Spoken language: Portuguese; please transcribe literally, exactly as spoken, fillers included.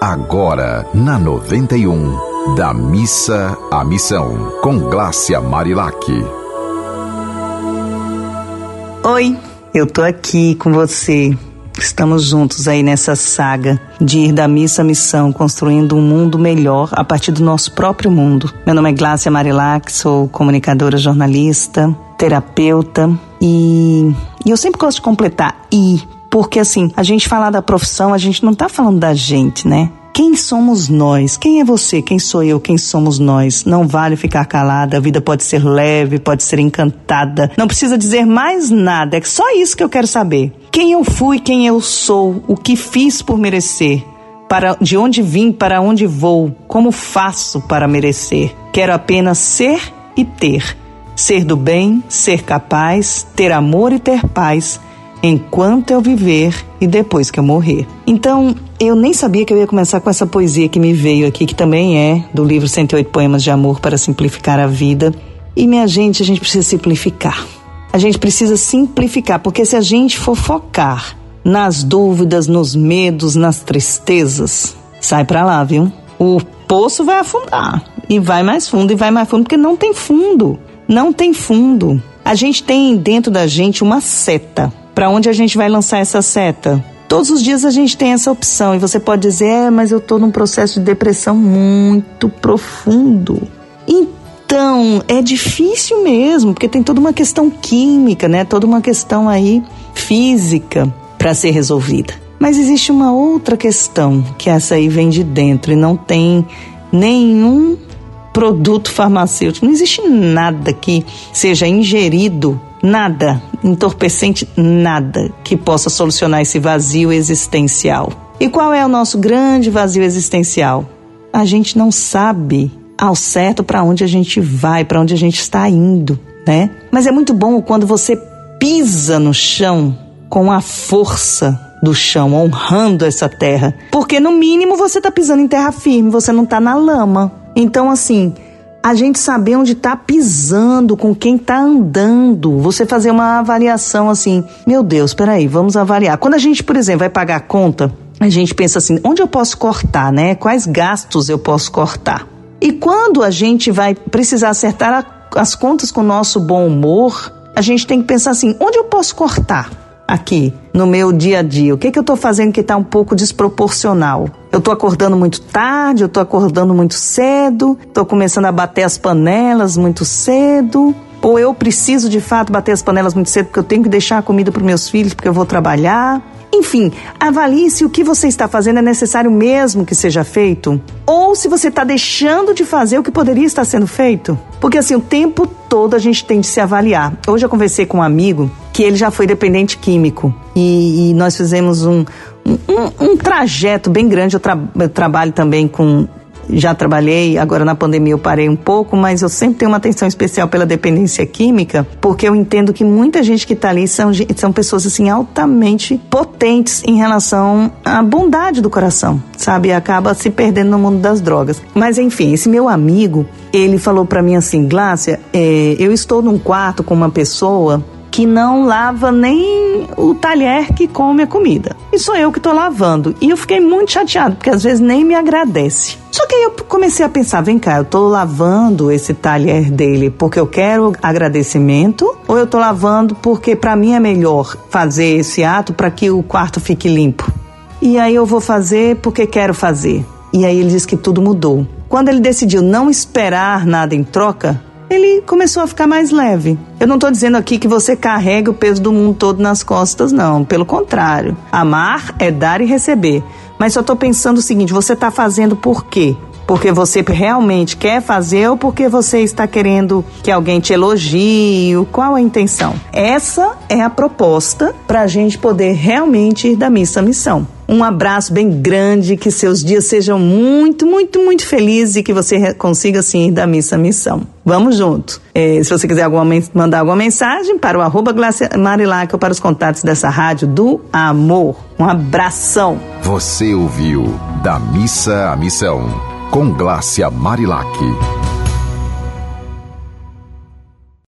Agora, na noventa e um, da Missa à Missão, com Glácia Marilac. Oi, eu tô aqui com você. Estamos juntos aí nessa saga de ir da missa à missão, construindo um mundo melhor a partir do nosso próprio mundo. Meu nome é Glácia Marilac, sou comunicadora, jornalista, terapeuta e, e eu sempre gosto de completar "e", porque assim, a gente falar da profissão, a gente não tá falando da gente, né? Quem somos nós? Quem é você? Quem sou eu? Quem somos nós? Não vale ficar calada, a vida pode ser leve, pode ser encantada. Não precisa dizer mais nada, é só isso que eu quero saber. Quem eu fui, quem eu sou, o que fiz por merecer, para, de onde vim, para onde vou, como faço para merecer. Quero apenas ser e ter. Ser do bem, ser capaz, ter amor e ter paz, enquanto eu viver e depois que eu morrer. Então, eu nem sabia que eu ia começar com essa poesia que me veio aqui, que também é do livro cento e oito Poemas de Amor para Simplificar a Vida. E, minha gente, a gente precisa simplificar. A gente precisa simplificar, porque se a gente for focar nas dúvidas, nos medos, nas tristezas, sai pra lá, viu? O poço vai afundar, e vai mais fundo, e vai mais fundo, porque não tem fundo. Não tem fundo. A gente tem dentro da gente uma seta. Para onde a gente vai lançar essa seta? Todos os dias a gente tem essa opção e você pode dizer, é, mas eu estou num processo de depressão muito profundo. Então, é difícil mesmo, porque tem toda uma questão química, né? Toda uma questão aí física para ser resolvida. Mas existe uma outra questão, que essa aí vem de dentro e não tem nenhum produto farmacêutico. Não existe nada que seja ingerido, nada, entorpecente, nada que possa solucionar esse vazio existencial. E qual é o nosso grande vazio existencial? A gente não sabe ao certo para onde a gente vai, para onde a gente está indo, né? Mas é muito bom quando você pisa no chão com a força do chão, honrando essa terra. Porque no mínimo você está pisando em terra firme, você não está na lama. Então, assim, a gente saber onde está pisando, com quem está andando, você fazer uma avaliação assim, meu Deus, peraí, vamos avaliar. Quando a gente, por exemplo, vai pagar a conta, a gente pensa assim, onde eu posso cortar, né? Quais gastos eu posso cortar? E quando a gente vai precisar acertar a, as contas com o nosso bom humor, a gente tem que pensar assim, onde eu posso cortar aqui no meu dia a dia? O que, que eu estou fazendo que está um pouco desproporcional? Eu estou acordando muito tarde, eu estou acordando muito cedo, estou começando a bater as panelas muito cedo, ou eu preciso de fato bater as panelas muito cedo porque eu tenho que deixar a comida para os meus filhos porque eu vou trabalhar. Enfim, avalie se o que você está fazendo é necessário mesmo que seja feito, ou se você está deixando de fazer o que poderia estar sendo feito. Porque assim, o tempo todo a gente tem de se avaliar. Hoje eu conversei com um amigo que ele já foi dependente químico e, e nós fizemos um, um, um trajeto bem grande. Eu, tra- eu trabalho também com... Já trabalhei, agora na pandemia eu parei um pouco, mas eu sempre tenho uma atenção especial pela dependência química, porque eu entendo que muita gente que está ali são, são pessoas assim altamente potentes em relação à bondade do coração, sabe? E acaba se perdendo no mundo das drogas. Mas enfim, esse meu amigo, ele falou para mim assim, Glácia, é, eu estou num quarto com uma pessoa que não lava nem o talher que come a comida. E sou eu que estou lavando. E eu fiquei muito chateada, porque às vezes nem me agradece. Só que aí eu comecei a pensar, vem cá, eu estou lavando esse talher dele porque eu quero agradecimento, ou eu estou lavando porque para mim é melhor fazer esse ato para que o quarto fique limpo? E aí eu vou fazer porque quero fazer. E aí ele disse que tudo mudou. Quando ele decidiu não esperar nada em troca, ele começou a ficar mais leve. Eu não estou dizendo aqui que você carrega o peso do mundo todo nas costas, não. Pelo contrário. Amar é dar e receber. Mas só estou pensando o seguinte, você está fazendo por quê? Porque você realmente quer fazer ou porque você está querendo que alguém te elogie? Qual a intenção? Essa é a proposta para a gente poder realmente ir da missa à missão. Um abraço bem grande, que seus dias sejam muito, muito, muito felizes e que você consiga, sim, ir da missa à missão. Vamos junto. É, se você quiser alguma, mandar alguma mensagem para o arroba Glácia Marilac ou para os contatos dessa rádio do amor. Um abração. Você ouviu Da Missa à Missão, com Glácia Marilac.